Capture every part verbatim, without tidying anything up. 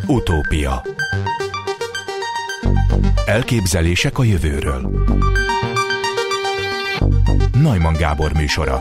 Utópia. Elképzelések a jövőről. Neumann Gábor műsora.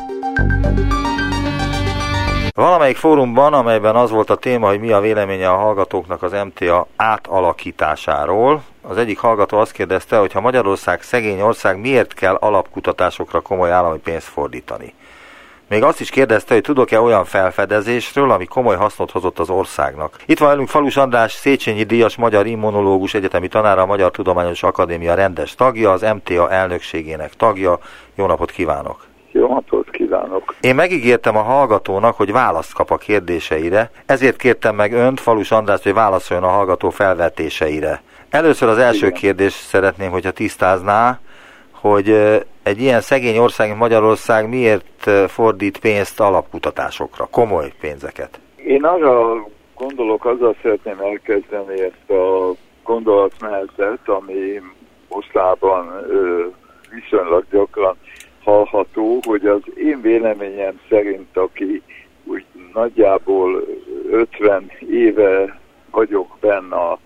Valamelyik fórumban, amelyben az volt a téma, hogy mi a véleménye a hallgatóknak az em té á átalakításáról, az egyik hallgató azt kérdezte, hogy ha Magyarország szegény ország, miért kell alapkutatásokra komoly állami pénzt fordítani. Még azt is kérdezte, hogy tudok-e olyan felfedezésről, ami komoly hasznot hozott az országnak. Itt van velünk Falus András, Széchenyi díjas, magyar immunológus, egyetemi tanára, a Magyar Tudományos Akadémia rendes tagja, az em té á elnökségének tagja. Jó napot kívánok! Jó napot kívánok! Én megígértem a hallgatónak, hogy választ kap a kérdéseire, ezért kértem meg önt, Falus Andrást, hogy válaszoljon a hallgató felvetéseire. Először az első Igen. kérdést szeretném, hogyha tisztázná, hogy egy ilyen szegény ország, mint Magyarország miért fordít pénzt alapkutatásokra, komoly pénzeket? Én arra gondolok, azzal szeretném elkezdeni ezt a gondolatmenetet, ami mostában viszonylag gyakran hallható, hogy az én véleményem szerint, aki úgy nagyjából ötven éve vagyok benne a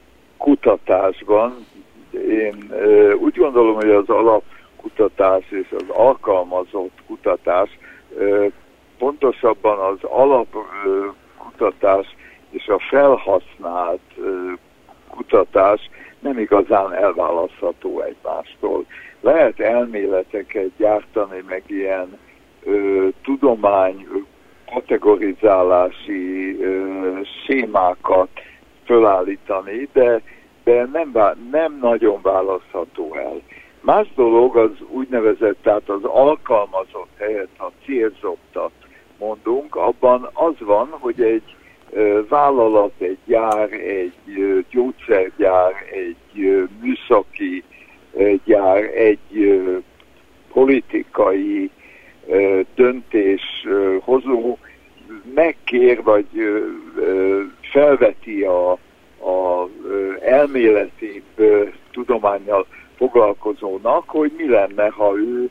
kutatásban, én úgy gondolom, hogy az alapkutatás és az alkalmazott kutatás, pontosabban az alapkutatás és a felhasznált kutatás nem igazán elválasztható egymástól. Lehet elméleteket gyártani, meg ilyen ö, tudomány kategorizálási ö, sémákat fölállítani, de, de nem, nem nagyon választható el. Más dolog az úgynevezett, tehát az alkalmazott helyett, ha célzottat mondunk, abban az van, hogy egy ö, vállalat, egy gyár, egy ö, gyógyszergyár, egy ö, műszaki gyár, egy ö, politikai ö, döntéshozó megkér, vagy ö, ö, felveti a, a ö, elméleti ö, tudománnyal foglalkozónak, hogy mi lenne, ha ő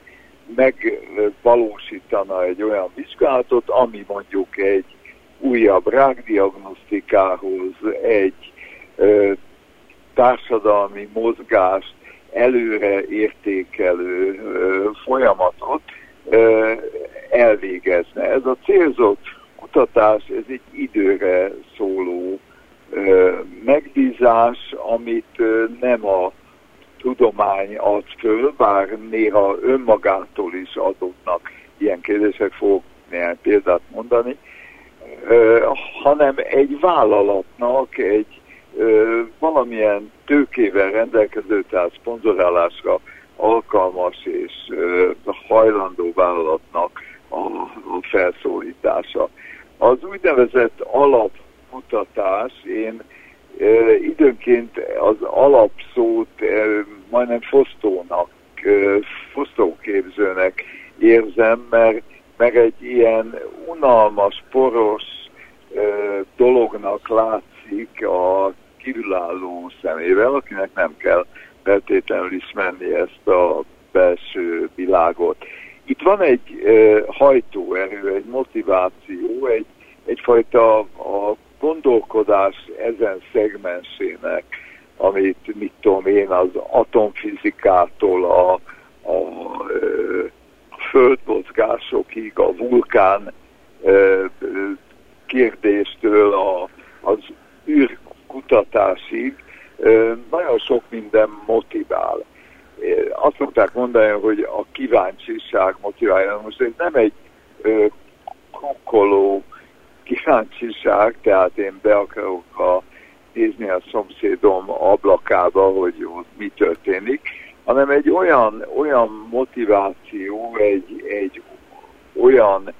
megvalósítana egy olyan vizsgálatot, ami mondjuk egy újabb rákdiagnosztikához, egy ö, társadalmi mozgást előre értékelő ö, folyamatot ö, elvégezne. Ez a célzott kutatás, ez egy időre szóló ö, megbízás, amit ö, nem a tudomány ad föl, bár néha önmagától is adódnak ilyen kérdések, fogok néhány példát mondani, ö, hanem egy vállalatnak, egy ö, valamilyen tőkével rendelkező, tehát szponzorálásra alkalmas és ö, hajlandó vállalatnak a, a felszólítása. Az úgynevezett alapkutatás, én ö, időnként az alapszót ö, majdnem fosztónak, ö, fosztóképzőnek érzem, mert, mert egy ilyen unalmas, poros ö, dolognak látszik a kívülálló szemével, akinek nem kell feltétlenül ismerni ezt a belső világot. Itt van egy uh, hajtóerő, egy motiváció, egy, egyfajta a gondolkodás ezen szegmensének, amit, mit tudom én, az atomfizikától a, a, a földmozgásokig, a vulkán uh, kérdéstől a, az űr kutatásig nagyon sok minden motivál. Azt szokták mondani, hogy a kíváncsiság motiválja. Most ez nem egy kukkoló kíváncsiság, tehát én be akarok a, nézni a szomszédom ablakába, hogy ott mi történik, hanem egy olyan, olyan motiváció, egy, egy olyan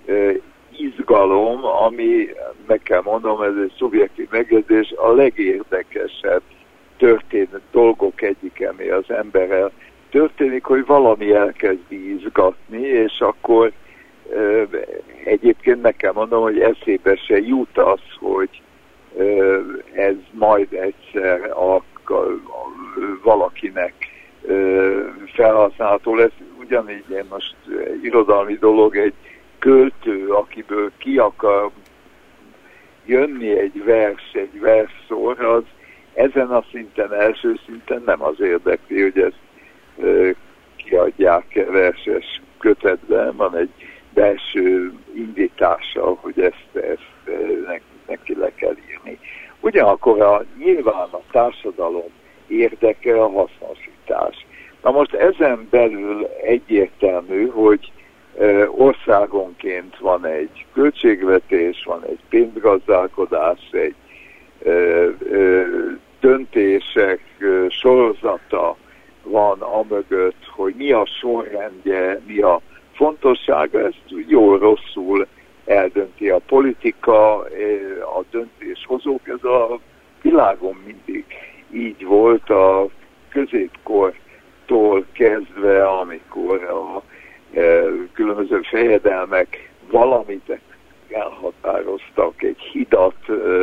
izgalom, ami, meg kell mondanom, ez egy szubjektív megjegyzés, a legérdekesebb történet dolgok egyik, ami az emberrel történik, hogy valami elkezdi izgatni, és akkor ö, egyébként meg kell mondanom, hogy eszébe se jut az, hogy ö, ez majd egyszer a, a, a, valakinek ö, felhasználható lesz. Ugyanígy én most irodalmi dolog, egy költő, akiből ki akar jönni egy vers, egy versszor, az ezen a szinten, első szinten nem az érdekli, hogy ezt e, kiadják verses kötetben, van egy belső indítása, hogy ezt, ezt neki le kell írni. Ugyanakkor a, nyilván a társadalom érdeke a hasznosítás. Na most ezen belül egyértelmű, hogy e, országonként van egy költségvetés, van egy pénzgazdálkodás, egy e, e, döntések e, sorozata van amögött, hogy mi a sorrendje, mi a fontossága, ezt jól-rosszul eldönti a politika, a döntéshozók. Ez a világon mindig így volt a középkortól kezdve, amikor a különböző fejedelmek valamit elhatároztak, egy hidat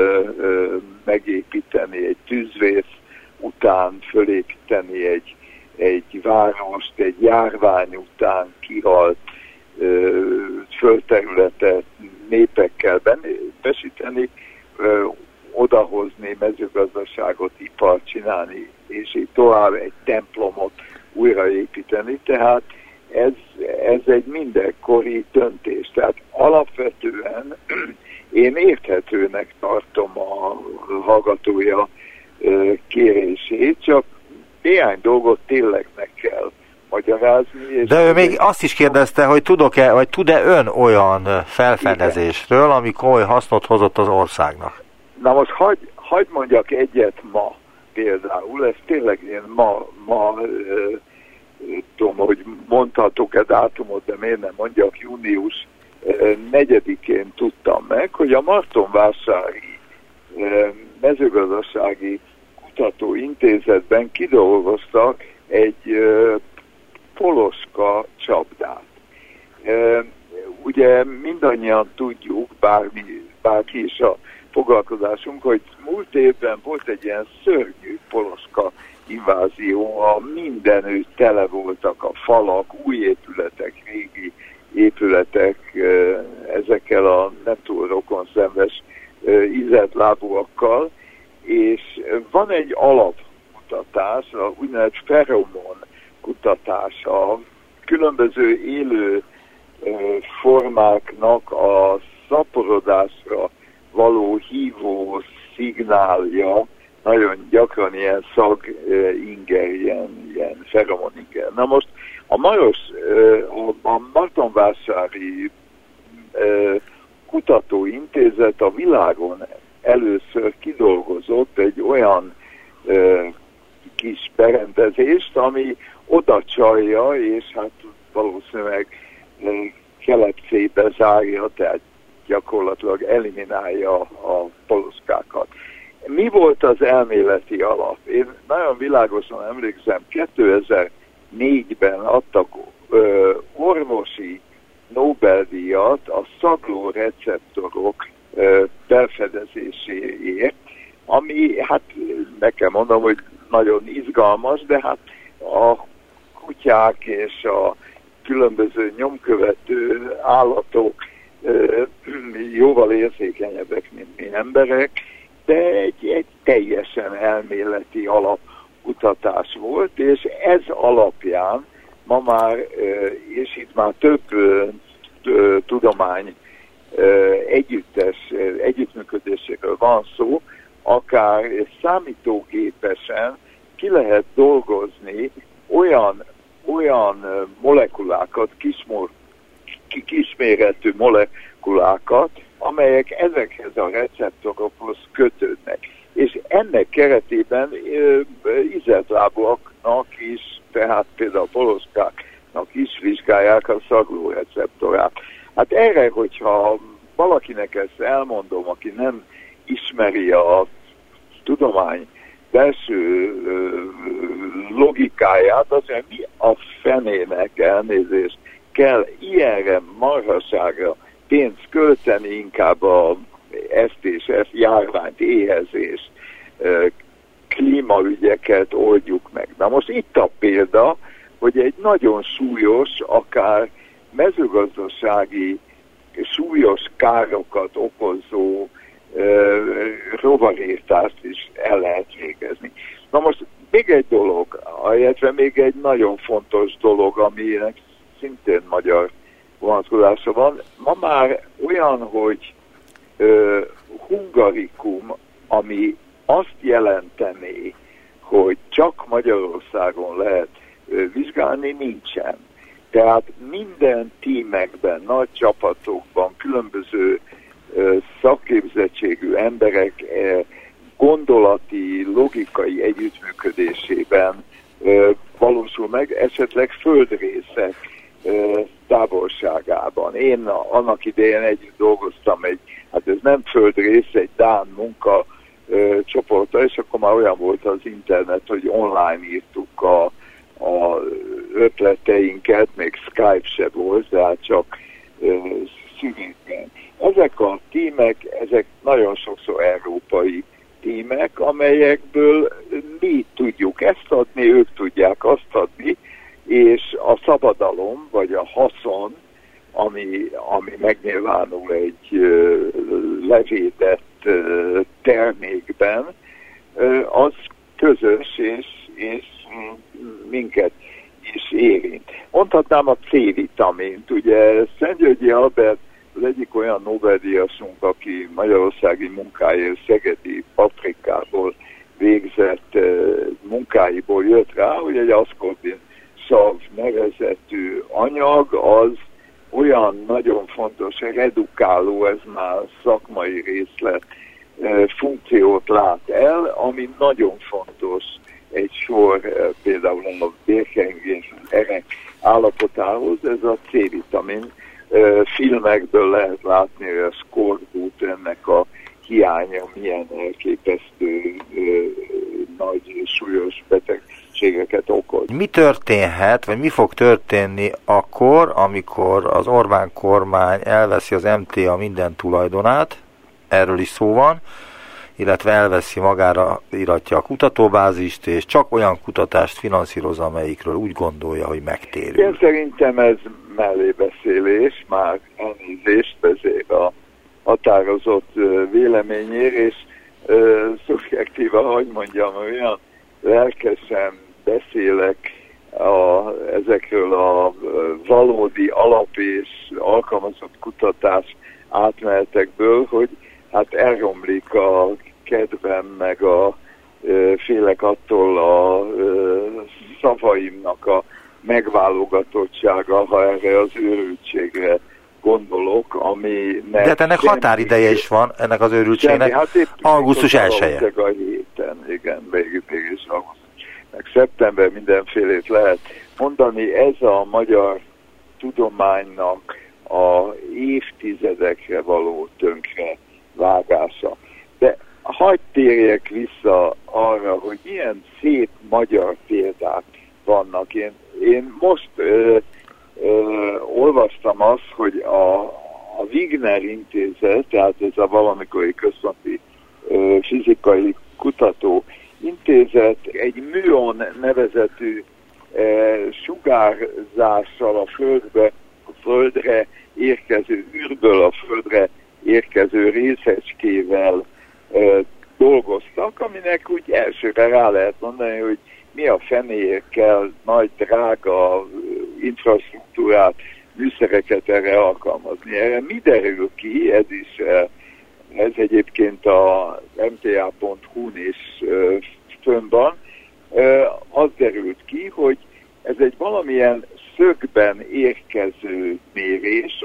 megépíteni, egy tűzvész után fölépíteni egy egy várost, egy járvány után kihalt ö, földterületet népekkel besíteni, ö, odahozni, mezőgazdaságot, ipart csinálni, és így tovább egy templomot újraépíteni. Tehát ez, ez egy mindenkori döntés. Tehát alapvetően én érthetőnek tartom a hallgatója ö, kérését, csak néhány dolgot tényleg meg kell magyarázni. És de ő még azt is kérdezte, hogy tudok-e, vagy tud-e ön olyan felfedezésről, igen, ami komoly hasznot hozott az országnak? Na most hagy, hagy mondjak egyet ma például, ez tényleg én ma, ma ö, tudom, hogy mondhatok-e dátumot, de miért nem mondjak, június negyedikén tudtam meg, hogy a Martonvásári ö, mezőgazdasági kutatóintézetben kidolgoztak egy uh, poloska csapdát. Uh, ugye mindannyian tudjuk, bármi, bárki is a foglalkozásunk, hogy múlt évben volt egy ilyen szörnyű poloska invázió, a mindenütt tele voltak a falak, új épületek, régi épületek, uh, ezekkel a nem túl rokonszenves uh, ízeltlábúakkal, és van egy alapkutatás, a úgynevezett feromon kutatás, a különböző élő formáknak a szaporodásra való hívó szignálja, nagyon gyakran ilyen szaginger, ilyen, ilyen feromoninger. Na most a Maros, a Martonvásári kutatóintézet a világon először kidolgozott egy olyan ö, kis berendezést, ami oda csalja, és hát valószínűleg ö, kelepcébe zárja, tehát gyakorlatilag eliminálja a poloskákat. Mi volt az elméleti alap? Én nagyon világosan emlékszem, kétezer-négyben adtak ö, orvosi Nobel-díjat a szagló receptorok felfedezéséért, ami hát nekem mondom, hogy nagyon izgalmas, de hát a kutyák és a különböző nyomkövető állatok jóval érzékenyebbek, mint mi emberek, de egy, egy teljesen elméleti alapkutatás volt, és ez alapján ma már, és itt már több tudomány együttes, együttműködéséről van szó, akár számítógépesen ki lehet dolgozni olyan, olyan molekulákat, kismor, kisméretű molekulákat, amelyek ezekhez a receptorokhoz kötődnek. És ennek keretében ízeltlábúaknak is, tehát például a poloskáknak is vizsgálják a szaglóreceptorát. Hát erre, hogyha valakinek ezt elmondom, aki nem ismeri a tudomány belső logikáját, azért mi a fenének, elnézést, kell ilyenre marhaságra pénzt költeni, inkább a ezt és ezt járványt, éhezést, klímaügyeket oldjuk meg. Na most itt a példa, hogy egy nagyon súlyos, akár mezőgazdasági súlyos károkat okozó rovarírtást is el lehet végezni. Na most még egy dolog, illetve még egy nagyon fontos dolog, aminek szintén magyar vonatkozása van. Ma már olyan, hogy uh, hungarikum, ami azt jelentené, hogy csak Magyarországon lehet uh, vizsgálni, nincsen. Tehát minden tímekben, nagy csapatokban, különböző uh, szakképzettségű emberek uh, gondolati, logikai együttműködésében uh, valósul meg, esetleg földrészek uh, távolságában. Én annak idején együtt dolgoztam egy, hát ez nem földrész, egy dán munka uh, csoporttal, és akkor már olyan volt az internet, hogy online írtuk a, a ötleteinket, még Skype se volt, tehát csak uh, szüvegben. Ezek a tímek, ezek nagyon sokszor európai tímek, amelyekből mi tudjuk ezt adni, ők tudják azt adni, és a szabadalom, vagy a haszon, ami, ami megnyilvánul egy uh, levédett uh, termékben, uh, az közös, és, és minket is érint. Mondhatnám a C-vitamint, ugye Szentgyörgyi Albert az egyik olyan Nobel-díjasunk, aki magyarországi munkáért szegedi paprikából végzett uh, munkáiból jött rá, hogy egy aszkorbin szav nevezetű anyag az olyan nagyon fontos, redukáló, ez már szakmai részlet, uh, funkciót lát el, ami nagyon fontos egy sor, uh, például a vérkeringés erek állapotához, ez a C-vitamin. Uh, filmekből lehet látni, hogy a skorbut, ennek a hiánya milyen elképesztő uh, nagy, súlyos betegségeket okoz. Mi történhet, vagy mi fog történni akkor, amikor az Orbán kormány elveszi az em té á minden tulajdonát, erről is szó van, illetve elveszi magára, iratja a kutatóbázist, és csak olyan kutatást finanszíroz, amelyikről úgy gondolja, hogy megtérül. Én szerintem ez mellébeszélés, már elnézést ezért a határozott véleményért, és uh, szubjektíva, hogy mondjam, olyan lelkesen beszélek a, ezekről a valódi alap és alkalmazott kutatás átmenetekből, hogy hát elromlik a kedvem, meg a uh, félek attól a uh, szavaimnak a megválogatottsága, ha erre az őrültségre gondolok, ami... De hát ennek határideje is van, ennek az őrültségnek, hát augusztus elseje. A héten, igen, végig is augusztus. Meg szeptember mindenfélét lehet mondani, ez a magyar tudománynak a évtizedekre való tönkre vágása. De hadd térjek vissza arra, hogy milyen szép magyar példák vannak. Én, én most ö, ö, olvastam azt, hogy a, a Wigner Intézet, tehát ez a valamikori központi ö, fizikai kutató intézet egy műon nevezetű ö, sugárzással a földbe, a földre érkező űrből a földre érkező részecskével ö, dolgoztak, aminek úgy elsőre rá lehet mondani, hogy mi a fenéért kell nagy, drága infrastruktúrát, műszereket erre alkalmazni. Erre mi derül ki, ez is, ez egyébként a em té á pont hú-n is fönn van, az derült ki, hogy ez egy valamilyen szögben érkező mérés,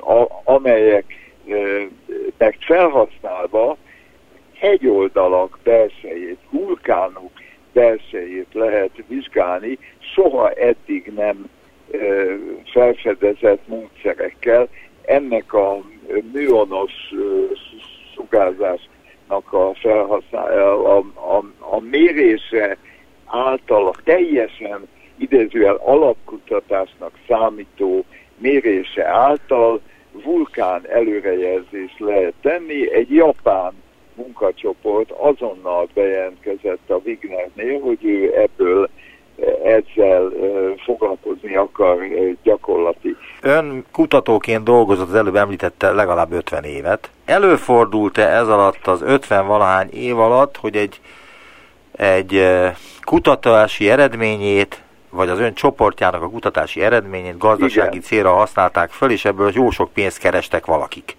amelyeknek felhasználva hegyoldalak belsejét, vulkánok belsejét lehet vizsgálni, soha eddig nem e, felfedezett módszerekkel. Ennek a műonos e, sugárzásnak a felhasználása, a, a, a mérése által a teljesen idézőjel alapkutatásnak számító mérése által vulkán előrejelzést lehet tenni. Egy japán munkacsoport azonnal bejelentkezett a Wignernél, hogy ő ebből ezzel foglalkozni akar gyakorlati. Ön kutatóként dolgozott, az előbb említette legalább ötven évet. Előfordult-e ez alatt az ötven-valahány év alatt, hogy egy, egy kutatási eredményét, vagy az ön csoportjának a kutatási eredményét gazdasági Igen. célra használták föl, és ebből jó sok pénzt kerestek valakik?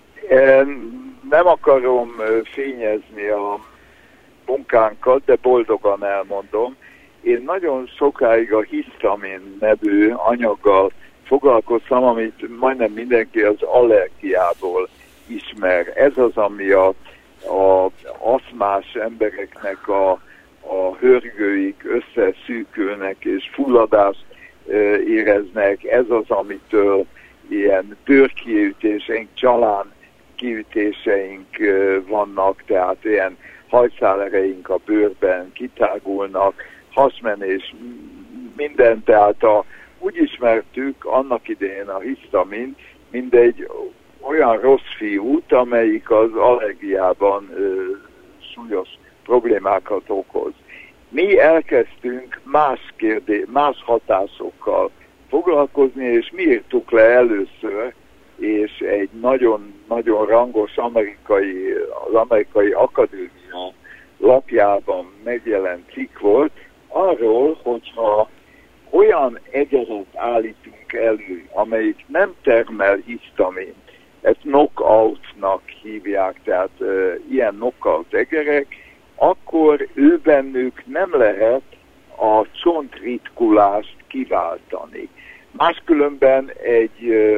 Nem akarom fényezni a munkánkat, de boldogan elmondom. Én nagyon sokáig a hisztamin nevű anyaggal foglalkoztam, amit majdnem mindenki az allergiából ismer. Ez az, ami a, a aszmás embereknek a, a hörgőik összeszűkülnek és fulladást e, éreznek. Ez az, amitől ilyen bőrkiütéseink, csalán kiütéseink e, vannak, tehát ilyen hajszálereink a bőrben kitágulnak, hasmenés, minden, tehát a, úgy ismertük annak idején a hisztamint, mint egy olyan rossz fiút, amelyik az allergiában ö, súlyos problémákat okoz. Mi elkezdtünk más kérdé, más hatásokkal foglalkozni, és mi írtuk le először, és egy nagyon-nagyon rangos amerikai, az amerikai akadémia lapjában megjelent cikk volt, arról, hogyha olyan egeret állítunk elő, amelyik nem termel hisztamint, ezt knockoutnak hívják, tehát e, ilyen knockout egerek, akkor ő bennük nem lehet a csontritkulást kiváltani. Máskülönben egy e,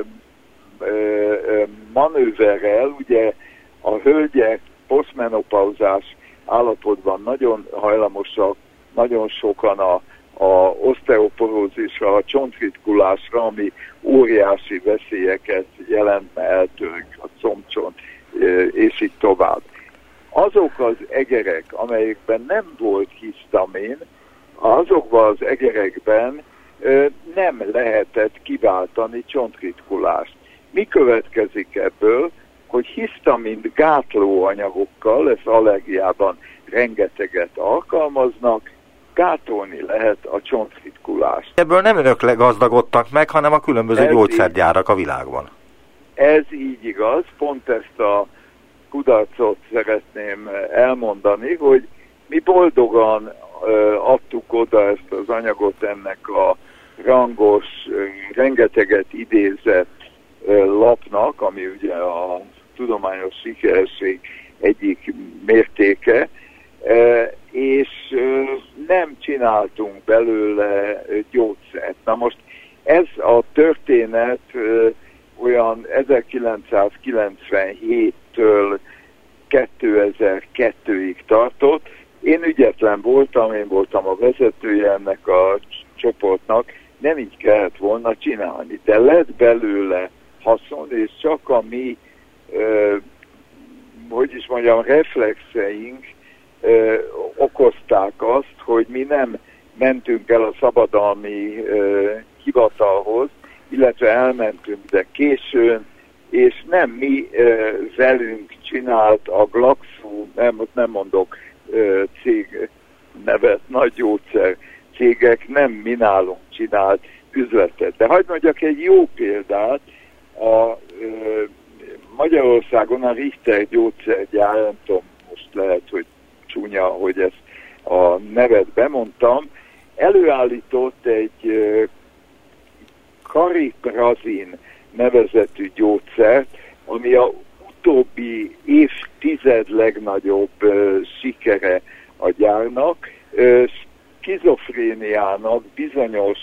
e, manőverrel, ugye a hölgyek posztmenopauzás állapotban nagyon hajlamosak, nagyon sokan a, a oszteoporózisra, a csontritkulásra, ami óriási veszélyeket jelentne, eltörök a combcsont, és így tovább. Azok az egerek, amelyekben nem volt hisztamin, azokban az egerekben nem lehetett kiváltani csontritkulást. Mi következik ebből? Hogy hisztamint gátló anyagokkal, ezt allergiában rengeteget alkalmaznak, gátolni lehet a csontritkulást. Ebből nem önök gazdagodtak meg, hanem a különböző ez gyógyszergyárak a világban. Ez így igaz, pont ezt a kudarcot szeretném elmondani, hogy mi boldogan uh, adtuk oda ezt az anyagot ennek a rangos, uh, rengeteget idézett uh, lapnak, ami ugye a tudományos sikeresség egyik mértéke, és nem csináltunk belőle gyógyszert. Na most ez a történet olyan ezerkilencszázkilencvenhéttől kétezer-kettőig tartott. Én ügyetlen voltam, én voltam a vezetője ennek a csoportnak, nem így kellett volna csinálni, de lett belőle haszon, és csak a mi Ö, hogy is mondjam, reflexeink ö, okozták azt, hogy mi nem mentünk el a szabadalmi ö, hivatalhoz, illetve elmentünk, de későn, és nem mi ö, velünk csinált a Glaxo, nem, nem mondok ö, cég nevet, nagy gyógyszer cégek, nem mi nálunk csinált üzletet. De hagyd mondjak egy jó példát, a ö, Magyarországon a Richter gyógyszergyár, nem tudom, most lehet, hogy csúnya, hogy ezt a nevet bemondtam, előállított egy kariprazin nevezetű gyógyszert, ami a utóbbi évtized legnagyobb sikere a gyárnak, skizofréniának bizonyos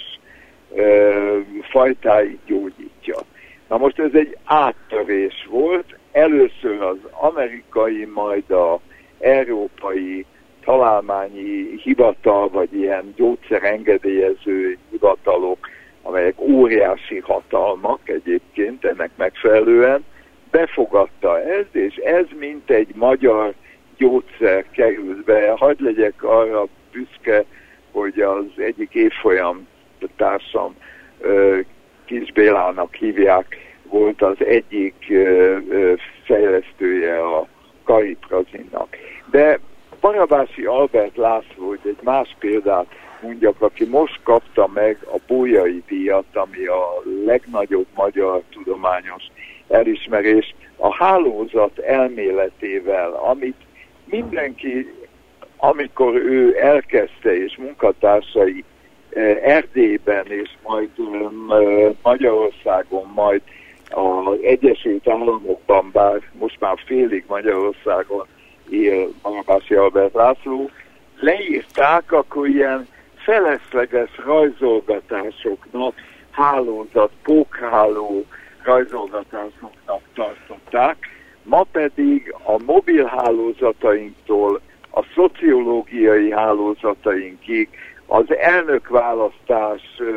fajtáit gyógyítja. Na most ez egy áttörés volt, először az amerikai, majd az európai találmányi hivatal, vagy ilyen gyógyszerengedélyező hivatalok, amelyek óriási hatalmak egyébként ennek megfelelően, befogadta ezt, és ez mint egy magyar gyógyszer került be. Hadd legyek arra büszke, hogy az egyik évfolyam társam, Kis Bélának hívják, volt az egyik ö, ö, fejlesztője a kariprazinnak. De Barabási Albert László, hogy egy más példát mondjak, aki most kapta meg a Bolyai díjat, ami a legnagyobb magyar tudományos elismerés, a hálózat elméletével, amit mindenki, amikor ő elkezdte, és munkatársai Erdélyben, és majd Magyarországon, majd az Egyesült Államokban, bár most már félig Magyarországon él Barabási Albert László, leírták, akkor ilyen felesleges rajzolgatásoknak, hálózat, pókháló rajzolgatásoknak tartották, ma pedig a mobil hálózatainktól a szociológiai hálózatainkig, az elnökválasztás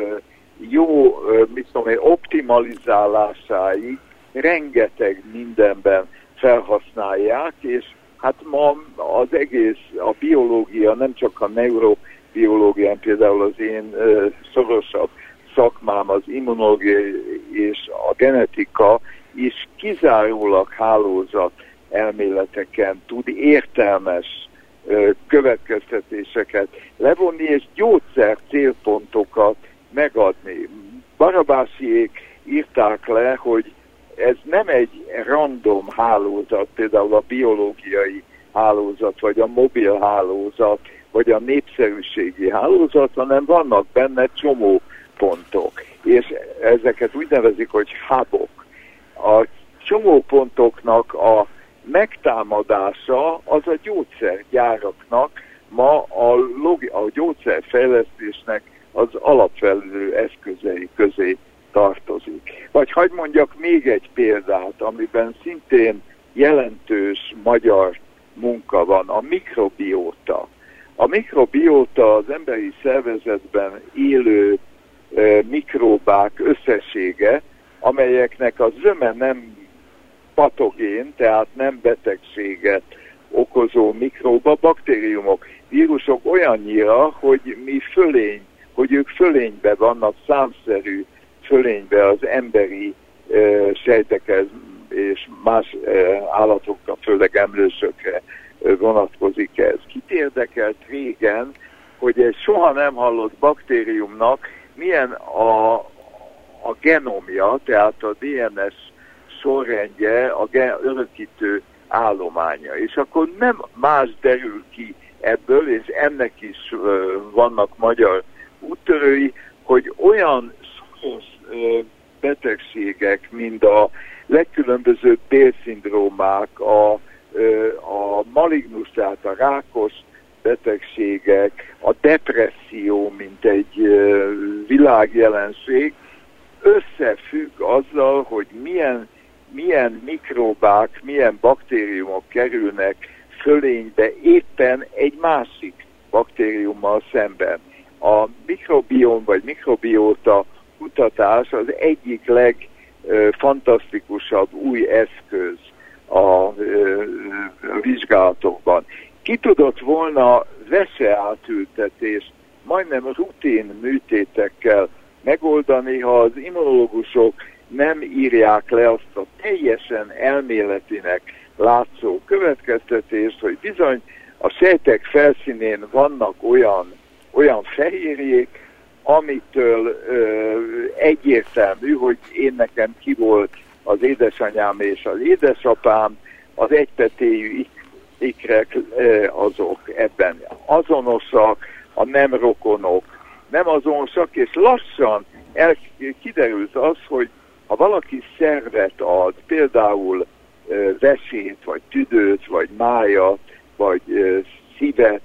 jó, mit tudom én, optimalizálásáig rengeteg mindenben felhasználják, és hát ma az egész, a biológia, nem csak a neurobiológia, például az én szorosabb szakmám, az immunológia és a genetika is kizárólag hálózat elméleteken tud értelmes következtetéseket levonni, és gyógyszer célpontokat megadni. Barabásiék írták le, hogy ez nem egy random hálózat, például a biológiai hálózat, vagy a mobil hálózat, vagy a népszerűségi hálózat, hanem vannak benne csomópontok. És ezeket úgy nevezik, hogy hubok. A csomópontoknak a megtámadása az a gyógyszergyáraknak ma a, logi- a gyógyszerfejlesztésnek az alapvető eszközei közé tartozik. Vagy hadd mondjak még egy példát, amiben szintén jelentős magyar munka van, a mikrobióta. A mikrobióta az emberi szervezetben élő e, mikróbák összessége, amelyeknek a zöme nem patogén, tehát nem betegséget okozó mikróba, baktériumok, vírusok olyannyira, hogy mi fölény, hogy ők fölénybe vannak, számszerű fölénybe az emberi e, sejtekhez és más e, állatokra, főleg emlősökre e, vonatkozik ez. Kit érdekelt régen, hogy egy soha nem hallott baktériumnak milyen a, a genomja, tehát a dé en es sorrendje, a gen- örökítő állománya. És akkor nem más derül ki ebből, és ennek is uh, vannak magyar úttörői, hogy olyan szoros uh, betegségek, mint a legkülönbözőbb bélszindrómák, a, uh, a malignus, tehát a rákos betegségek, a depresszió, mint egy uh, világjelenség, összefügg azzal, hogy milyen milyen mikróbák, milyen baktériumok kerülnek fölénybe éppen egy másik baktériummal szemben. A mikrobiom vagy mikrobióta kutatás az egyik legfantasztikusabb új eszköz a vizsgálatokban. Ki tudott volna veseátültetést majdnem rutin műtétekkel megoldani, ha az immunológusok nem írják le azt a teljesen elméletinek látszó következtetést, hogy bizony a sejtek felszínén vannak olyan, olyan fehérjék, amitől ö, egyértelmű, hogy én nekem ki volt az édesanyám és az édesapám, az egypetéjű ikrek ö, azok ebben azonosak, a nem rokonok nem azonosak, és lassan el, kiderült az, hogy ha valaki szervet ad, például ö, vesét, vagy tüdőt, vagy májat, vagy ö, szívet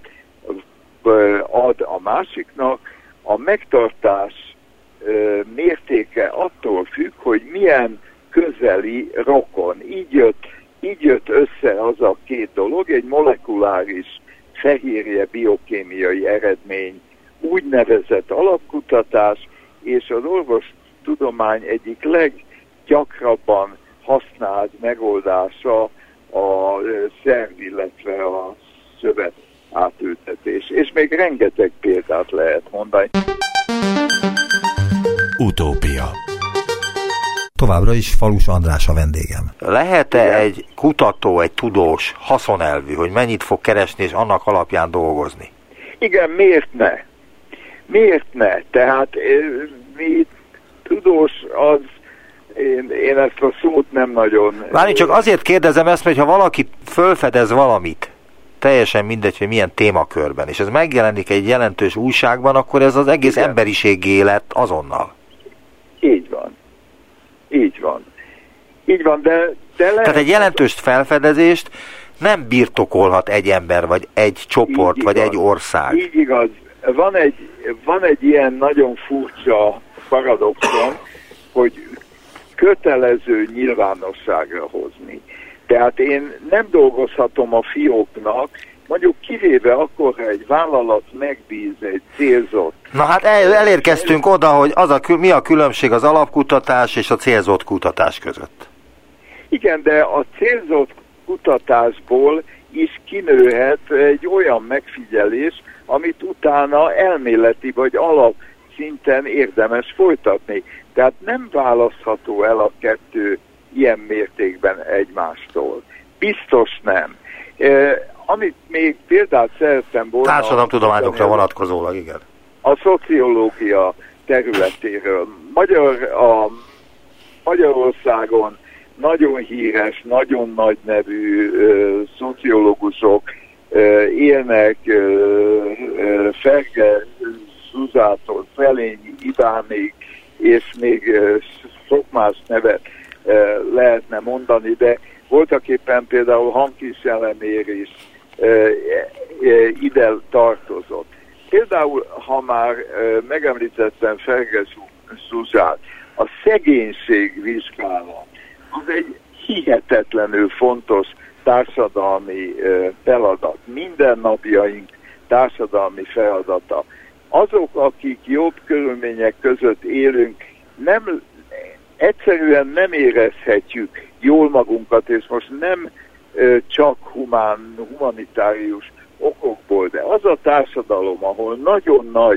ö, ad a másiknak, a megtartás ö, mértéke attól függ, hogy milyen közeli rokon. Így jött, így jött össze az a két dolog, egy molekuláris fehérje biokémiai eredmény, úgynevezett alapkutatás, és az orvostudomány egyik leggyakrabban használt megoldása a szerv, illetve a szövet átültetés. És még rengeteg példát lehet mondani. Utópia. Továbbra is Falus András a vendégem. Lehet-e Igen. egy kutató, egy tudós haszonelvű, hogy mennyit fog keresni és annak alapján dolgozni? Igen, miért ne? Miért ne? Tehát mi tudós az, én, én ezt a szót nem nagyon... Várj, csak azért kérdezem ezt, mert ha valaki fölfedez valamit, teljesen mindegy, hogy milyen témakörben, és ez megjelenik egy jelentős újságban, akkor ez az egész Igen. emberiségé lett azonnal. Így van. Így van. Így van, de... de lehet, Tehát egy jelentős felfedezést nem birtokolhat egy ember, vagy egy csoport, vagy egy ország. Így igaz. Van egy, van egy ilyen nagyon furcsa paradoxon, hogy kötelező nyilvánosságra hozni. Tehát én nem dolgozhatom a fióknak, mondjuk kivéve akkor, ha egy vállalat megbíz egy célzott. Na hát el, elérkeztünk oda, hogy az a, mi a különbség az alapkutatás és a célzott kutatás között. Igen, de a célzott kutatásból is kinőhet egy olyan megfigyelés, amit utána elméleti vagy alapszinten érdemes folytatni. Tehát nem választható el a kettő ilyen mértékben egymástól. Biztos nem. E, amit még példát szerettem volna... Társadalomtudományokra vonatkozólag, igen. A szociológia területéről. Magyar, a Magyarországon nagyon híres, nagyon nagy nevű ö, szociológusok ö, élnek ö, ö, Ferge Zsuzsától Szelényi Ivánig, és még ö, sok más nevet ö, lehetne mondani, de voltak éppen például Hankis Elemér is ö, ö, ide tartozott. Például, ha már ö, megemlítettem Ferge Zsuzsát, a szegénység vizsgálat az egy hihetetlenül fontos társadalmi feladat. Mindennapjaink társadalmi feladata. Azok, akik jobb körülmények között élünk, nem, egyszerűen nem érezhetjük jól magunkat, és most nem csak humán, humanitárius okokból, de az a társadalom, ahol nagyon nagy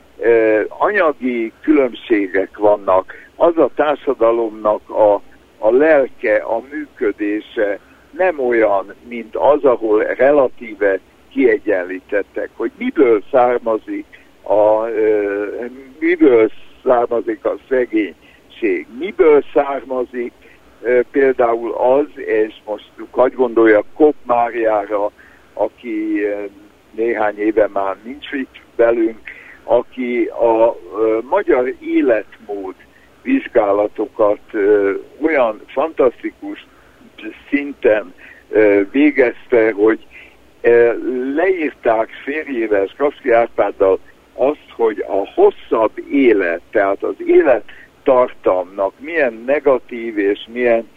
anyagi különbségek vannak, az a társadalomnak a a lelke, a működése nem olyan, mint az, ahol relatíve kiegyenlítettek, hogy miből származik a, miből származik a szegénység, miből származik például az, és most hadd gondoljak Kopp Máriára, aki néhány éve már nincs itt velünk, aki a magyar életmód vizsgálatokat ö, olyan fantasztikus szinten ö, végezte, hogy ö, leírták férjével, Skaszki Árpáddal azt, hogy a hosszabb élet, tehát az élettartamnak milyen negatív és milyen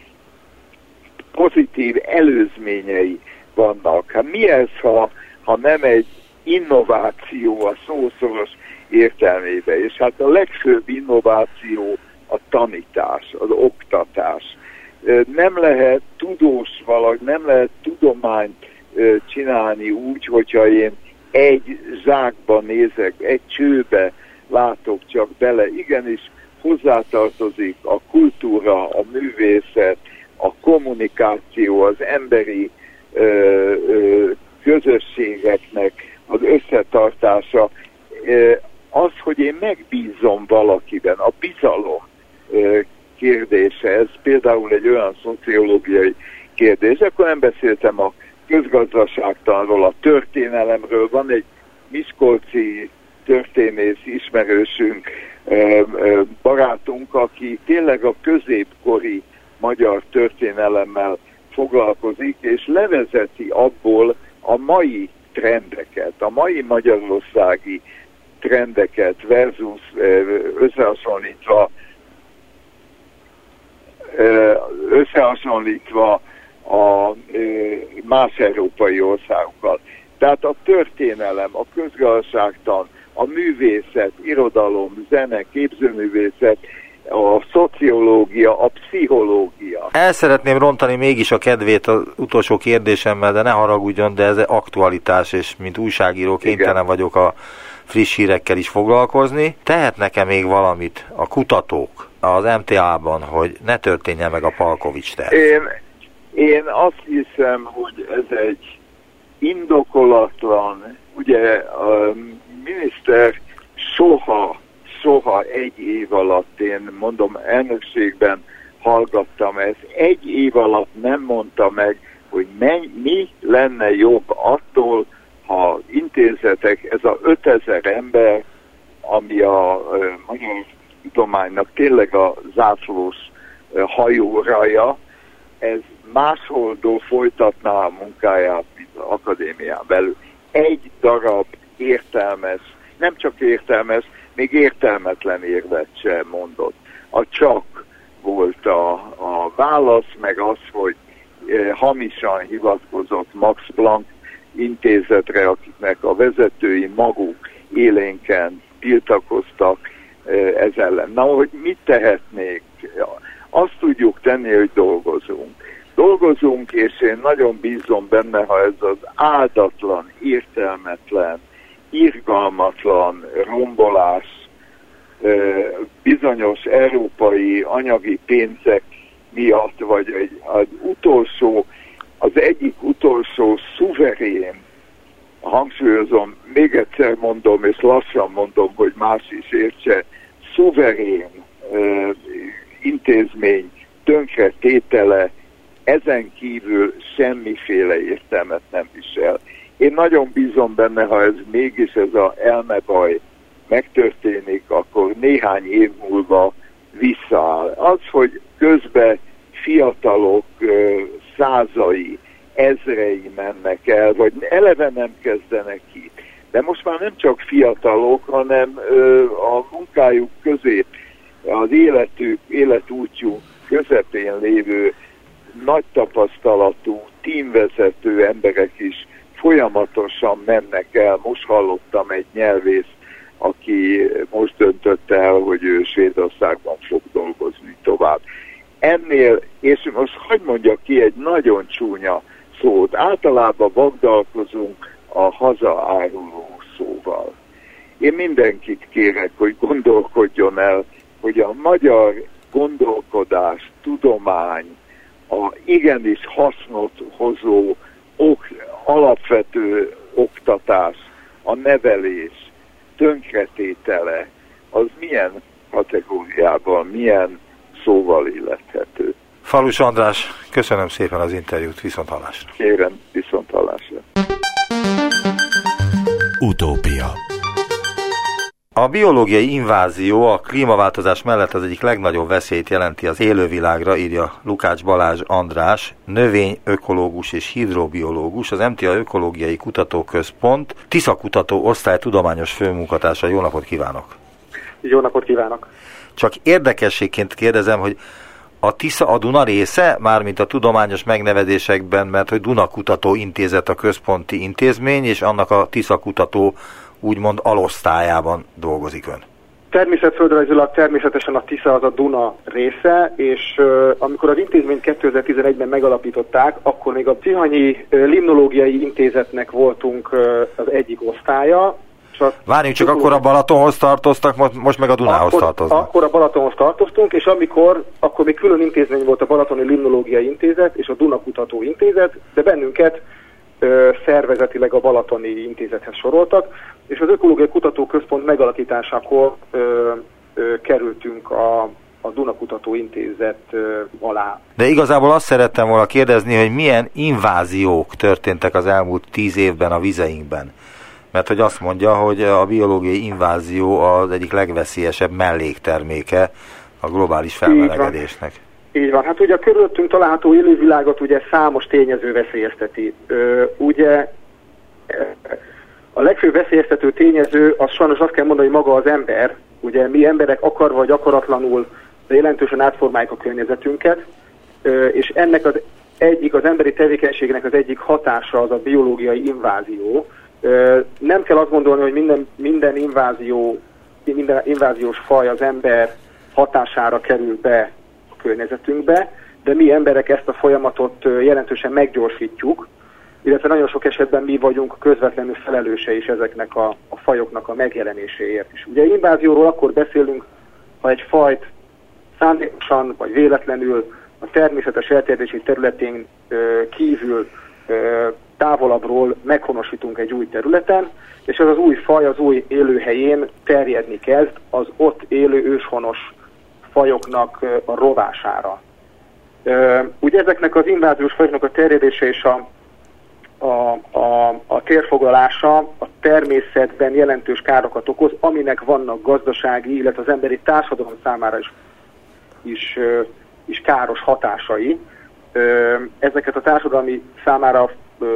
pozitív előzményei vannak. Hát mi ez, ha, ha nem egy innováció a szószoros értelmében? És hát a legfőbb innováció a tanítás, az oktatás. Nem lehet tudós valaki, nem lehet tudományt csinálni úgy, hogyha én egy zsákba nézek, egy csőbe látok csak bele. Igenis hozzátartozik a kultúra, a művészet, a kommunikáció, az emberi ö, ö, közösségeknek az összetartása. Az, hogy én megbízom valakiben, a bizalom kérdése, ez például egy olyan szociológiai kérdés. Akkor nem beszéltem a közgazdaságtanról, a történelemről. Van egy miskolci történész ismerősünk, barátunk, aki tényleg a középkori magyar történelemmel foglalkozik, és levezeti abból a mai trendeket, a mai magyarországi trendeket versus összehasonlítva összehasonlítva a más európai országokkal. Tehát a történelem, a közgazdaságtan, a művészet, irodalom, zene, képzőművészet, a szociológia, a pszichológia. El szeretném rontani mégis a kedvét az utolsó kérdésemmel, de ne haragudjon, de ez aktualitás, és mint újságíró kénytelen Igen. vagyok a friss hírekkel is foglalkozni. Tehetnek-e még valamit a kutatók az em té á-ban, hogy ne történjen meg a Palkovics terv? Én, én azt hiszem, hogy ez egy indokolatlan, ugye a miniszter soha, soha egy év alatt, én mondom, elnökségben hallgattam ezt, egy év alatt nem mondta meg, hogy menny, mi lenne jobb attól, ha intézetek, ez a ötezer ember, ami a magyar tudománynak tényleg a zászlós hajóraja, ez máshol folytatná a munkáját, mint az akadémián belül. Egy darab értelmes, nem csak értelmes, még értelmetlen érvet sem mondott. A csak volt a, a válasz, meg az, hogy eh, hamisan hivatkozott Max Planck intézetre, akiknek a vezetői maguk élénken tiltakoztak eh, ez ellen. Na, hogy mit tehetnék? Azt tudjuk tenni, hogy dolgozunk. Dolgozunk, és én nagyon bízom benne, ha ez az áldatlan, értelmetlen, irgalmatlan rombolás bizonyos európai anyagi pénzek miatt, vagy egy, az utolsó, az egyik utolsó szuverén, hangsúlyozom, még egyszer mondom, és lassan mondom, hogy más is értse, szuverén uh, intézmény tönkretétele ezen kívül semmiféle értelmet nem visel. Én nagyon bízom benne, ha ez mégis ez az elmebaj megtörténik, akkor néhány év múlva visszaáll. Az, hogy közben fiatalok százai, ezrei mennek el, vagy eleve nem kezdenek ki. De most már nem csak fiatalok, hanem a munkájuk közé, az életük, életútjuk közepén lévő nagy tapasztalatú, tímvezető emberek is folyamatosan mennek el. Most hallottam egy nyelvész, aki most döntött el, hogy ő Svédországban fog dolgozni tovább. Ennél, és most hadd mondjak ki egy nagyon csúnya szót, általában vagdalkozunk a hazaáruló szóval. Én mindenkit kérek, hogy gondolkodjon el, hogy a magyar gondolkodás, tudomány, a igenis hasznot hozó ok, alapvető oktatás, a nevelés tönkretétele, az milyen kategóriában, milyen szóval illethető. Falus András, köszönöm szépen az interjút, viszonthallásra. Kérem, viszonthallásra. Utópia. A biológiai invázió a klímaváltozás mellett az egyik legnagyobb veszélyt jelenti az élővilágra, írja Lukács Balázs András, növényökológus és hidrobiológus, az em té á Ökológiai Kutatóközpont Tisza Kutató Osztály tudományos főmunkatársa. Jó napot kívánok! Jó napot kívánok! Csak érdekességként kérdezem, hogy a Tisza a Duna része, mármint a tudományos megnevezésekben, mert hogy Duna Kutató Intézet a központi intézmény, és annak a Tisza Kutató úgymond alosztályában dolgozik ön. Természetföldrajzilag természetesen a Tisza az a Duna része, és uh, amikor az intézményt kétezer-tizenegyben megalapították, akkor még a Tihanyi uh, Limnológiai Intézetnek voltunk uh, az egyik osztálya. Várjunk, csak akkor a Balatonhoz tartoztak, most meg a Dunához akkor, tartoznak. Akkor a Balatonhoz tartoztunk, és amikor, akkor még külön intézmény volt a Balatoni Limnológiai Intézet és a Duna Kutató Intézet, de bennünket ö, szervezetileg a Balatoni Intézethez soroltak, és az Ökológiai Kutatóközpont megalakításakor ö, ö, kerültünk a, a Duna Kutató Intézet ö, alá. De igazából azt szerettem volna kérdezni, hogy milyen inváziók történtek az elmúlt tíz évben a vizeinkben. Mert hogy azt mondja, hogy a biológiai invázió az egyik legveszélyesebb mellékterméke a globális felmelegedésnek. Így van. Így van. Hát ugye a körülöttünk található élővilágot ugye számos tényező veszélyezteti. Ö, ugye a legfőbb veszélyeztető tényező, az sajnos azt kell mondani, hogy maga az ember. Ugye mi emberek akarva vagy akaratlanul jelentősen átformáljuk a környezetünket, ö, és ennek az egyik, az emberi tevékenységnek az egyik hatása az a biológiai invázió. Nem kell azt gondolni, hogy minden, minden, invázió, minden inváziós faj az ember hatására kerül be a környezetünkbe, de mi emberek ezt a folyamatot jelentősen meggyorsítjuk, illetve nagyon sok esetben mi vagyunk közvetlenül felelőse is ezeknek a, a fajoknak a megjelenéséért is. Ugye invázióról akkor beszélünk, ha egy fajt szándékosan vagy véletlenül a természetes elterjedési területén kívül távolabbról meghonosítunk egy új területen, és ez az új faj az új élőhelyén terjedni kezd az ott élő őshonos fajoknak a rovására. Ugye ezeknek az inváziós fajoknak a terjedése és a, a, a, a térfoglalása a természetben jelentős károkat okoz, aminek vannak gazdasági, illetve az emberi társadalom számára is, is, is káros hatásai. Ezeket a társadalmi számára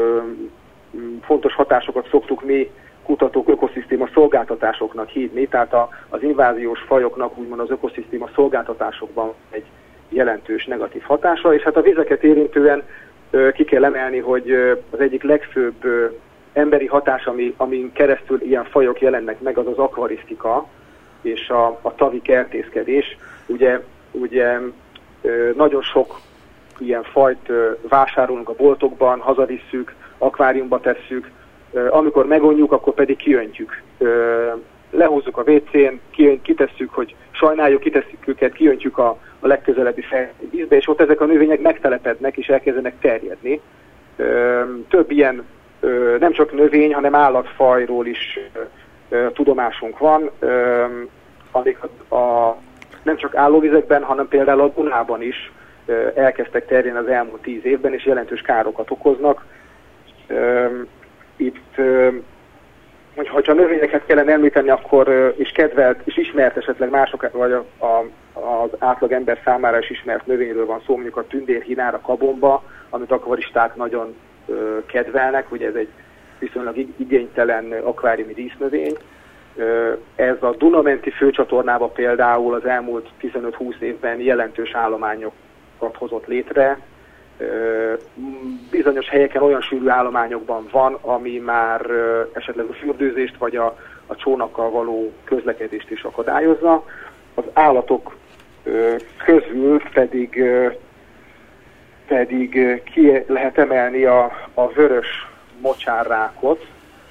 fontos hatásokat szoktuk mi kutatók ökoszisztéma szolgáltatásoknak hívni, tehát a, az inváziós fajoknak úgymond az ökoszisztéma szolgáltatásokban egy jelentős negatív hatása, és hát a vizeket érintően ö, ki kell emelni, hogy ö, az egyik legfőbb ö, emberi hatás, ami, amin keresztül ilyen fajok jelennek meg, az az akvarisztika és a, a tavi kertészkedés. Ugye, ugye ö, nagyon sok ilyen fajt ö, vásárolunk a boltokban, hazavisszük, akváriumba tesszük, ö, amikor megonjuk, akkor pedig kiöntjük. Ö, lehúzzuk a vécén, kitesszük, hogy sajnáljuk, kitesszük őket, kiöntjük a, a legközelebbi vízbe, és ott ezek a növények megtelepednek és elkezdenek terjedni. Ö, több ilyen ö, nem csak növény, hanem állatfajról is ö, tudomásunk van, ö, amik a, a, nem csak állóvizekben, hanem például a Dunában is ö, elkezdtek terjedni az elmúlt tíz évben, és jelentős károkat okoznak. Ö, itt ö, hogyha a növényeket kellene említeni, akkor is kedvelt, és ismert esetleg mások, vagy a, a, az átlag ember számára is ismert növényről van szó, mondjuk a tündérhinár, a kabomba, amit akvaristák nagyon ö, kedvelnek, ugye ez egy viszonylag igénytelen akváriumi dísznövény. Ö, ez a Duna-menti főcsatornában például az elmúlt tizenöt-húsz évben jelentős állományokat hozott létre. Bizonyos helyeken olyan sűrű állományokban van, ami már esetleg a fürdőzést vagy a, a csónakkal való közlekedést is akadályozza. Az állatok közül pedig, pedig ki lehet emelni a, a vörös mocsárrákot,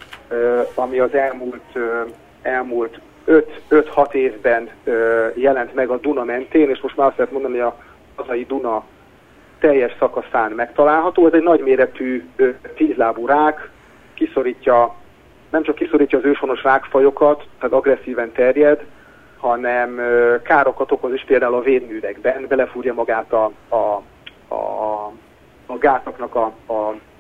ami az elmúlt, elmúlt öt-hat évben jelent meg a Duna mentén, és most már azt lehet mondani, hogy a hazai Duna teljes szakaszán megtalálható. Ez egy nagyméretű tízlábú rák, kiszorítja, nem csak kiszorítja az őshonos rákfajokat, tehát agresszíven terjed, hanem károkat okoz is például a védművekben, belefúrja magát a, a, a, a gátaknak a, a,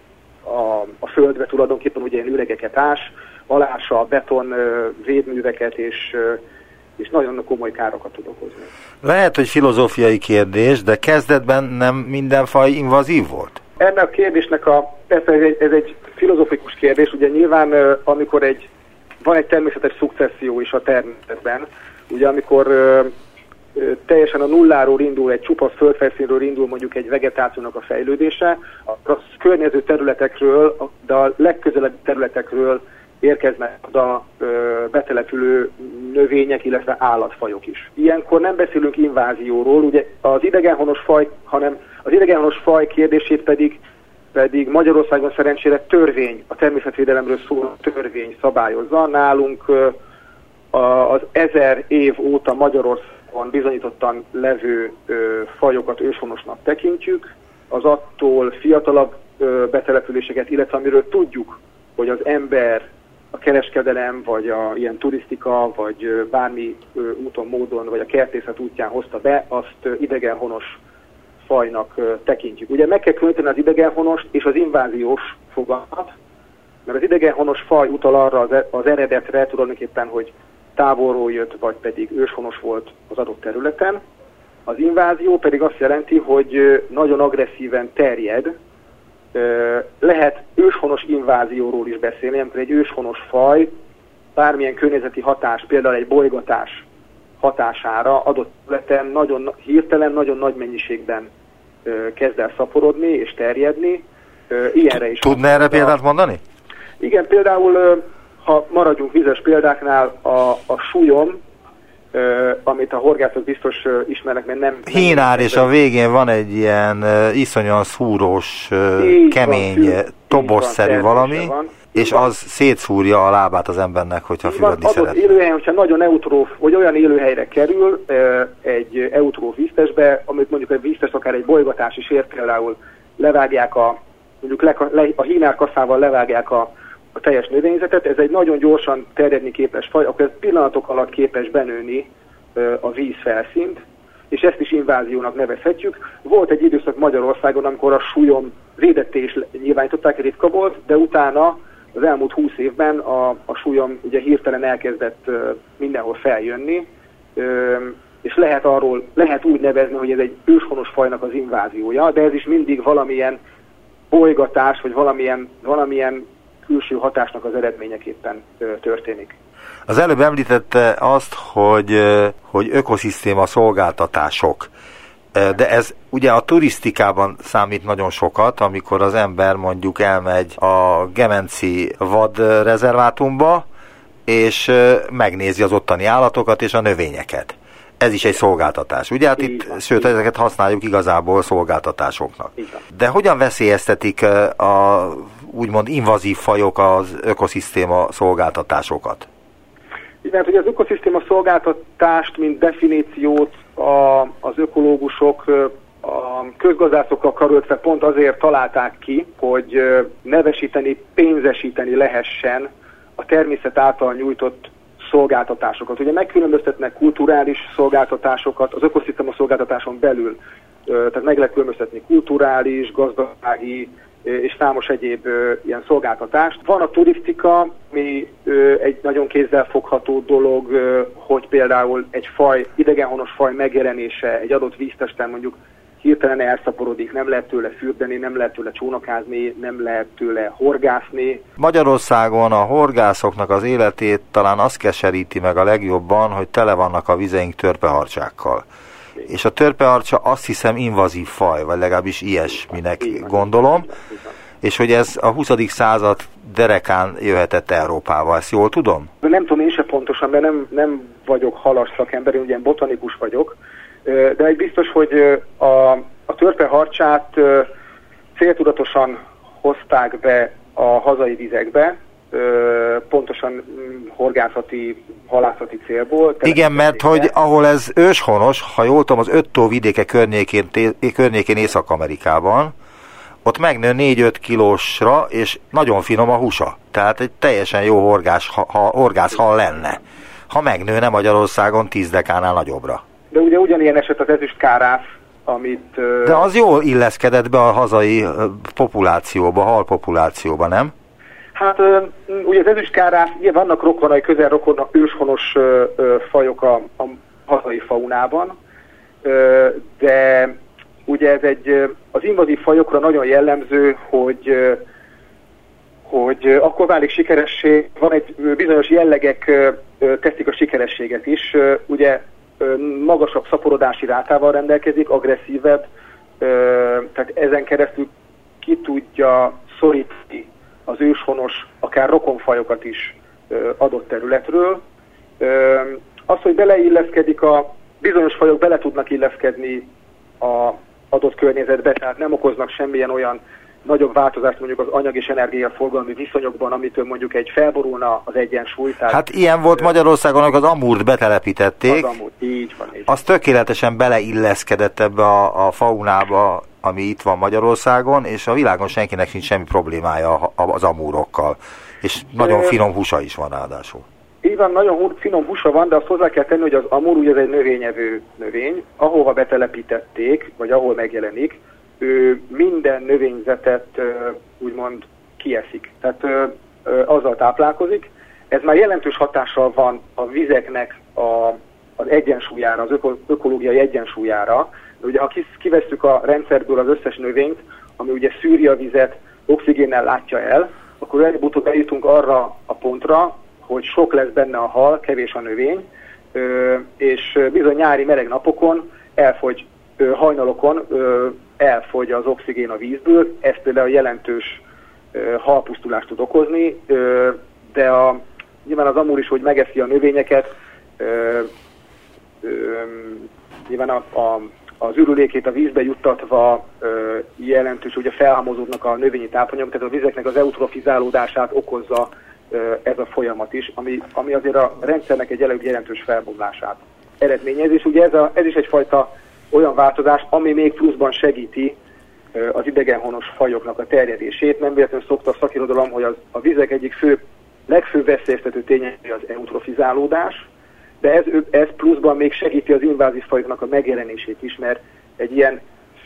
a, a földbe, tulajdonképpen ugye ilyen üregeket ás, alássa a beton védműveket, és és nagyon komoly károkat tud okozni. Lehet, hogy filozófiai kérdés, de kezdetben nem minden faj invazív volt? Ennek a kérdésnek a, persze ez egy, ez egy filozófikus kérdés, ugye nyilván amikor egy, van egy természetes szukcesszió is a természetben, ugye amikor ö, ö, teljesen a nulláról indul, egy csupasz földfelszínről indul mondjuk egy vegetációnak a fejlődése, a, a környező területekről, de a legközelebbi területekről érkeznek oda ö, betelepülő növények, illetve állatfajok is. Ilyenkor nem beszélünk invázióról, ugye az idegenhonos faj, hanem az idegenhonos faj kérdését pedig, pedig Magyarországon szerencsére törvény, a természetvédelemről szóló törvény szabályozza. Nálunk ö, az ezer év óta Magyarországon bizonyítottan levő ö, fajokat őshonosnak tekintjük, az attól fiatalabb ö, betelepüléseket, illetve amiről tudjuk, hogy az ember, a kereskedelem, vagy a ilyen turisztika, vagy bármi úton, módon, vagy a kertészet útján hozta be, azt idegenhonos fajnak tekintjük. Ugye meg kell különíteni az idegenhonost és az inváziós fogalmat, mert az idegenhonos faj utal arra az eredetre tulajdonképpen, hogy távolról jött, vagy pedig őshonos volt az adott területen. Az invázió pedig azt jelenti, hogy nagyon agresszíven terjed. Lehet őshonos invázióról is beszélni, amikor egy őshonos faj bármilyen környezeti hatás, például egy bolygatás hatására adott területen nagyon hirtelen, nagyon nagy mennyiségben kezd el szaporodni és terjedni. Ilyenre is. Tudna erre példát mondani? Igen, például, ha maradjunk vizes példáknál, a, a súlyom, Uh, amit a horgászok biztos uh, ismernek, mert nem... Hínár, és a végén van egy ilyen uh, iszonyan szúrós, uh, kemény, tobosszerű valami, van. És van. Az szétszúrja a lábát az embernek, hogyha fürödni szeret. Adott élőhelyen, hogyha nagyon eutróf, vagy olyan élőhelyre kerül, uh, egy eutróf víztestbe, amit mondjuk egy víztest akár egy bolygatás is ér, például levágják a, mondjuk le, le, a hínárkasszával levágják a, a teljes növényzetet, ez egy nagyon gyorsan terjedni képes faj, akkor ez pillanatok alatt képes benőni ö, a víz felszínt, és ezt is inváziónak nevezhetjük. Volt egy időszak Magyarországon, amikor a súlyom védetté is nyilvánították, ritka volt, de utána az elmúlt húsz évben a, a súlyom ugye hirtelen elkezdett ö, mindenhol feljönni, ö, és lehet arról, lehet úgy nevezni, hogy ez egy őshonos fajnak az inváziója, de ez is mindig valamilyen bolygatás, vagy valamilyen, valamilyen külső hatásnak az eredményeképpen ö, történik. Az előbb említette azt, hogy, hogy ökoszisztéma szolgáltatások, de ez ugye a turisztikában számít nagyon sokat, amikor az ember mondjuk elmegy a Gemenci vadrezervátumba, és megnézi az ottani állatokat és a növényeket. Ez is egy szolgáltatás. Ugye hát itt, van, sőt, ezeket használjuk igazából szolgáltatásoknak. De hogyan veszélyeztetik a úgymond invazív fajok az ökoszisztéma szolgáltatásokat? Igen, hogy az ökoszisztéma szolgáltatást, mint definíciót a, az ökológusok a közgazdászokkal karöltve pont azért találták ki, hogy nevesíteni, pénzesíteni lehessen a természet által nyújtott szolgáltatásokat. Ugye megkülönböztetnek kulturális szolgáltatásokat az ökoszisztéma szolgáltatáson belül, tehát meg lehet különböztetni kulturális, gazdasági és számos egyéb ö, ilyen szolgáltatást. Van a turisztika, ami ö, egy nagyon kézzelfogható dolog, ö, hogy például egy faj, idegenhonos faj megjelenése egy adott víztesten mondjuk hirtelen elszaporodik, nem lehet tőle fürdeni, nem lehet tőle csónakázni, nem lehet tőle horgászni. Magyarországon a horgászoknak az életét talán az keseríti meg a legjobban, hogy tele vannak a vizeink törpeharcsákkal. És a törpeharcsa azt hiszem invazív faj, vagy legalábbis ilyesminek gondolom, és hogy ez a huszadik század derekán jöhetett Európába, ezt jól tudom? Nem tudom én se pontosan, mert nem, nem vagyok halas szakember, én ugye botanikus vagyok, de egy biztos, hogy a, a törpeharcsát céltudatosan hozták be a hazai vizekbe, pontosan horgászati, halászati célból. Igen, mert hogy ahol ez őshonos, ha jól tudom, az Öttó vidéke környékén, környékén Észak-Amerikában, ott megnő négy-öt kilósra, és nagyon finom a húsa. Tehát egy teljesen jó horgás, ha, horgászhal lenne. Ha megnőne Magyarországon tíz dekánál nagyobbra. De ugye ugyanilyen eset az ezüstkárász, amit... De az jól illeszkedett be a hazai populációba, halpopulációba, nem? Hát ugye az ezüstkárász, ugye vannak rokonai, közel rokona, őshonos ö, ö, fajok a, a hazai faunában, ö, de ugye ez egy, az invazív fajokra nagyon jellemző, hogy, ö, hogy akkor válik sikeressé, van egy bizonyos jellegek ö, teszik a sikerességet is, ö, ugye ö, magasabb szaporodási rátával rendelkezik, agresszívebb, ö, tehát ezen keresztül ki tudja szorítani az őshonos, akár rokonfajokat is ö, adott területről. Ö, az, hogy beleilleszkedik a bizonyos fajok bele tudnak illeszkedni a adott környezetbe, tehát nem okoznak semmilyen olyan nagyobb változást mondjuk az anyag és energiaforgalmi viszonyokban, amitől mondjuk egy felborulna az egyensúly. Tehát, hát ilyen volt Magyarországon, amikor az amúrt betelepítették. Az amúrt, így van. Így. Az tökéletesen beleilleszkedett ebbe a, a faunába, ami itt van Magyarországon, és a világon senkinek sincs semmi problémája az amúrokkal. És nagyon e... finom húsa is van ráadásul. Így van, nagyon finom húsa van, de azt hozzá kell tenni, hogy az amúr ugye ez egy növényevő növény, ahova betelepítették, vagy ahol megjelenik, ő minden növényzetet úgymond kieszik. Tehát ö, ö, azzal táplálkozik. Ez már jelentős hatással van a vizeknek a, az egyensúlyára, az öko, ökológiai egyensúlyára. De ugye ha kivesszük a rendszerből az összes növényt, ami ugye szűri a vizet, oxigénnel látja el, akkor előbb-utóbb eljutunk arra a pontra, hogy sok lesz benne a hal, kevés a növény, ö, és bizony nyári meleg napokon elfogy, ö, hajnalokon ö, elfogy az oxigén a vízből, ez például jelentős ö, halpusztulást tud okozni, ö, de a, nyilván az amúr is, hogy megeszi a növényeket, ö, ö, nyilván a, a, az ürülékét a vízbe juttatva ö, jelentős, ugye felhamozódnak a növényi tápanyagok, tehát a vizeknek az eutrofizálódását okozza ö, ez a folyamat is, ami, ami azért a rendszernek egy elég jelentős felbomlását eredményez, és ugye ez, a, ez is egyfajta olyan változás, ami még pluszban segíti az idegenhonos fajoknak a terjedését. Nem véletlenül szokta a szakirodalom, hogy az, a vizek egyik fő, legfőbb veszélyeztető tényező az eutrofizálódás, de ez, ez pluszban még segíti az invázív fajoknak a megjelenését is, mert egy ilyen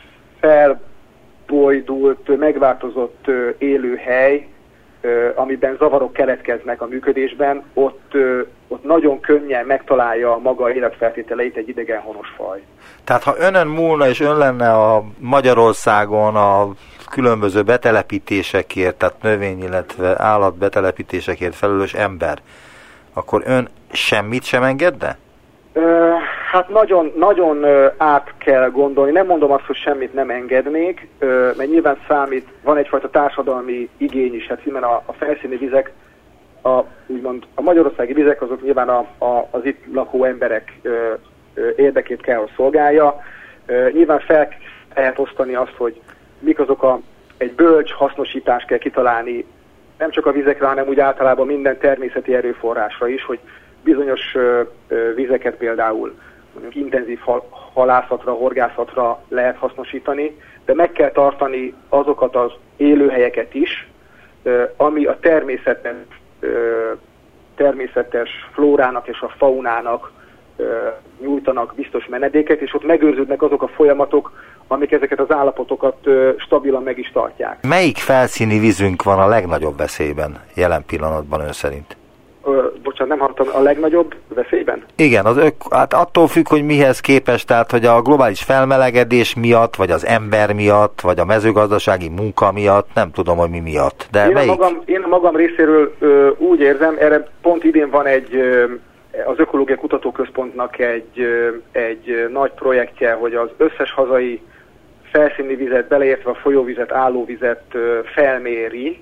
felbojdult, megváltozott élőhely, amiben zavarok keletkeznek a működésben, ott, ott nagyon könnyen megtalálja a maga életfeltételeit egy idegenhonos faj. Tehát ha önön múlna és ön lenne a Magyarországon a különböző betelepítésekért, tehát növény, illetve állat betelepítésekért felelős ember, akkor ön semmit sem engedne? Ö, hát nagyon, nagyon át kell gondolni. Nem mondom azt, hogy semmit nem engednék, ö, mert nyilván számít, van egyfajta társadalmi igény is, hát hiszen a, a felszíni vizek, a, úgymond a magyarországi vizek, azok nyilván a, a, az itt lakó emberek ö, ö, érdekét kell, hogy szolgálja. Ö, nyilván fel lehet osztani azt, hogy mik azok a, egy bölcs hasznosítást kell kitalálni, nem csak a vizekre, hanem úgy általában minden természeti erőforrásra is, hogy bizonyos ö, ö, vizeket például mondjuk intenzív hal, halászatra, horgászatra lehet hasznosítani, de meg kell tartani azokat az élőhelyeket is, ö, ami a természetes, ö, természetes flórának és a faunának ö, nyújtanak biztos menedéket, és ott megőrződnek azok a folyamatok, amik ezeket az állapotokat ö, stabilan meg is tartják. Melyik felszíni vízünk van a legnagyobb veszélyben jelen pillanatban ön szerint? Ö, bocsánat, nem hallottam, a legnagyobb veszélyben? Igen, az ök, hát attól függ, hogy mihez képest, tehát hogy a globális felmelegedés miatt, vagy az ember miatt, vagy a mezőgazdasági munka miatt, nem tudom, hogy mi miatt. De én, melyik? a magam, én a magam részéről ö, úgy érzem, erre pont idén van egy, ö, az Ökológiai Kutatóközpontnak egy, ö, egy nagy projektje, hogy az összes hazai felszíni vizet, beleértve a folyóvizet, állóvizet ö, felméri.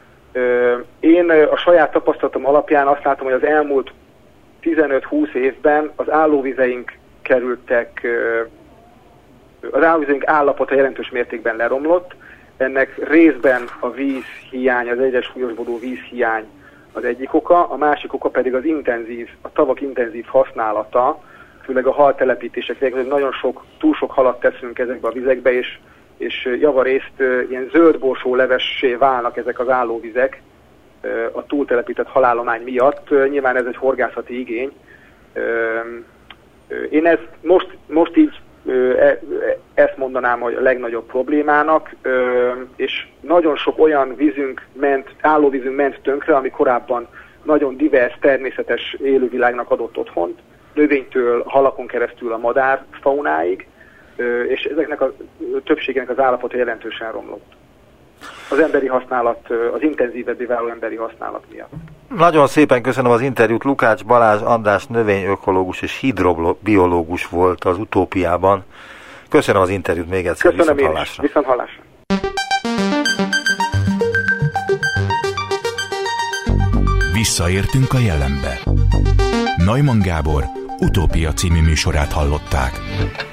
Ö, én ö, a saját tapasztalatom alapján azt látom, hogy az elmúlt tizenöt-húsz évben az állóvizeink kerültek, ö, az állóvizeink állapota jelentős mértékben leromlott. Ennek részben a vízhiány, az egyre súlyosbodó vízhiány az egyik oka, a másik oka pedig az intenzív, a tavak intenzív használata, főleg a haltelepítések, hogy nagyon sok, túl sok halat teszünk ezekbe a vizekbe, és, és javarészt ilyen zöldborsó levessé válnak ezek az állóvizek a túltelepített halállomány miatt. Nyilván ez egy horgászati igény. Én ezt most, most így ezt mondanám, hogy a legnagyobb problémának, és nagyon sok olyan vízünk ment, állóvízünk ment tönkre, ami korábban nagyon divers, természetes élővilágnak adott otthont, növénytől, halakon keresztül a madár faunáig, és ezeknek a többségének az állapota jelentősen romlott. Az emberi használat, az intenzívebbé váló emberi használat miatt. Nagyon szépen köszönöm az interjút. Lukács Balázs András növényökológus és hidrobiológus volt az Utópiában. Köszönöm az interjút még egyszer. Köszönöm viszont hallásra. Viszont hallásra. Visszaértünk a jelenbe. Neumann Gábor Utópia című műsorát hallották.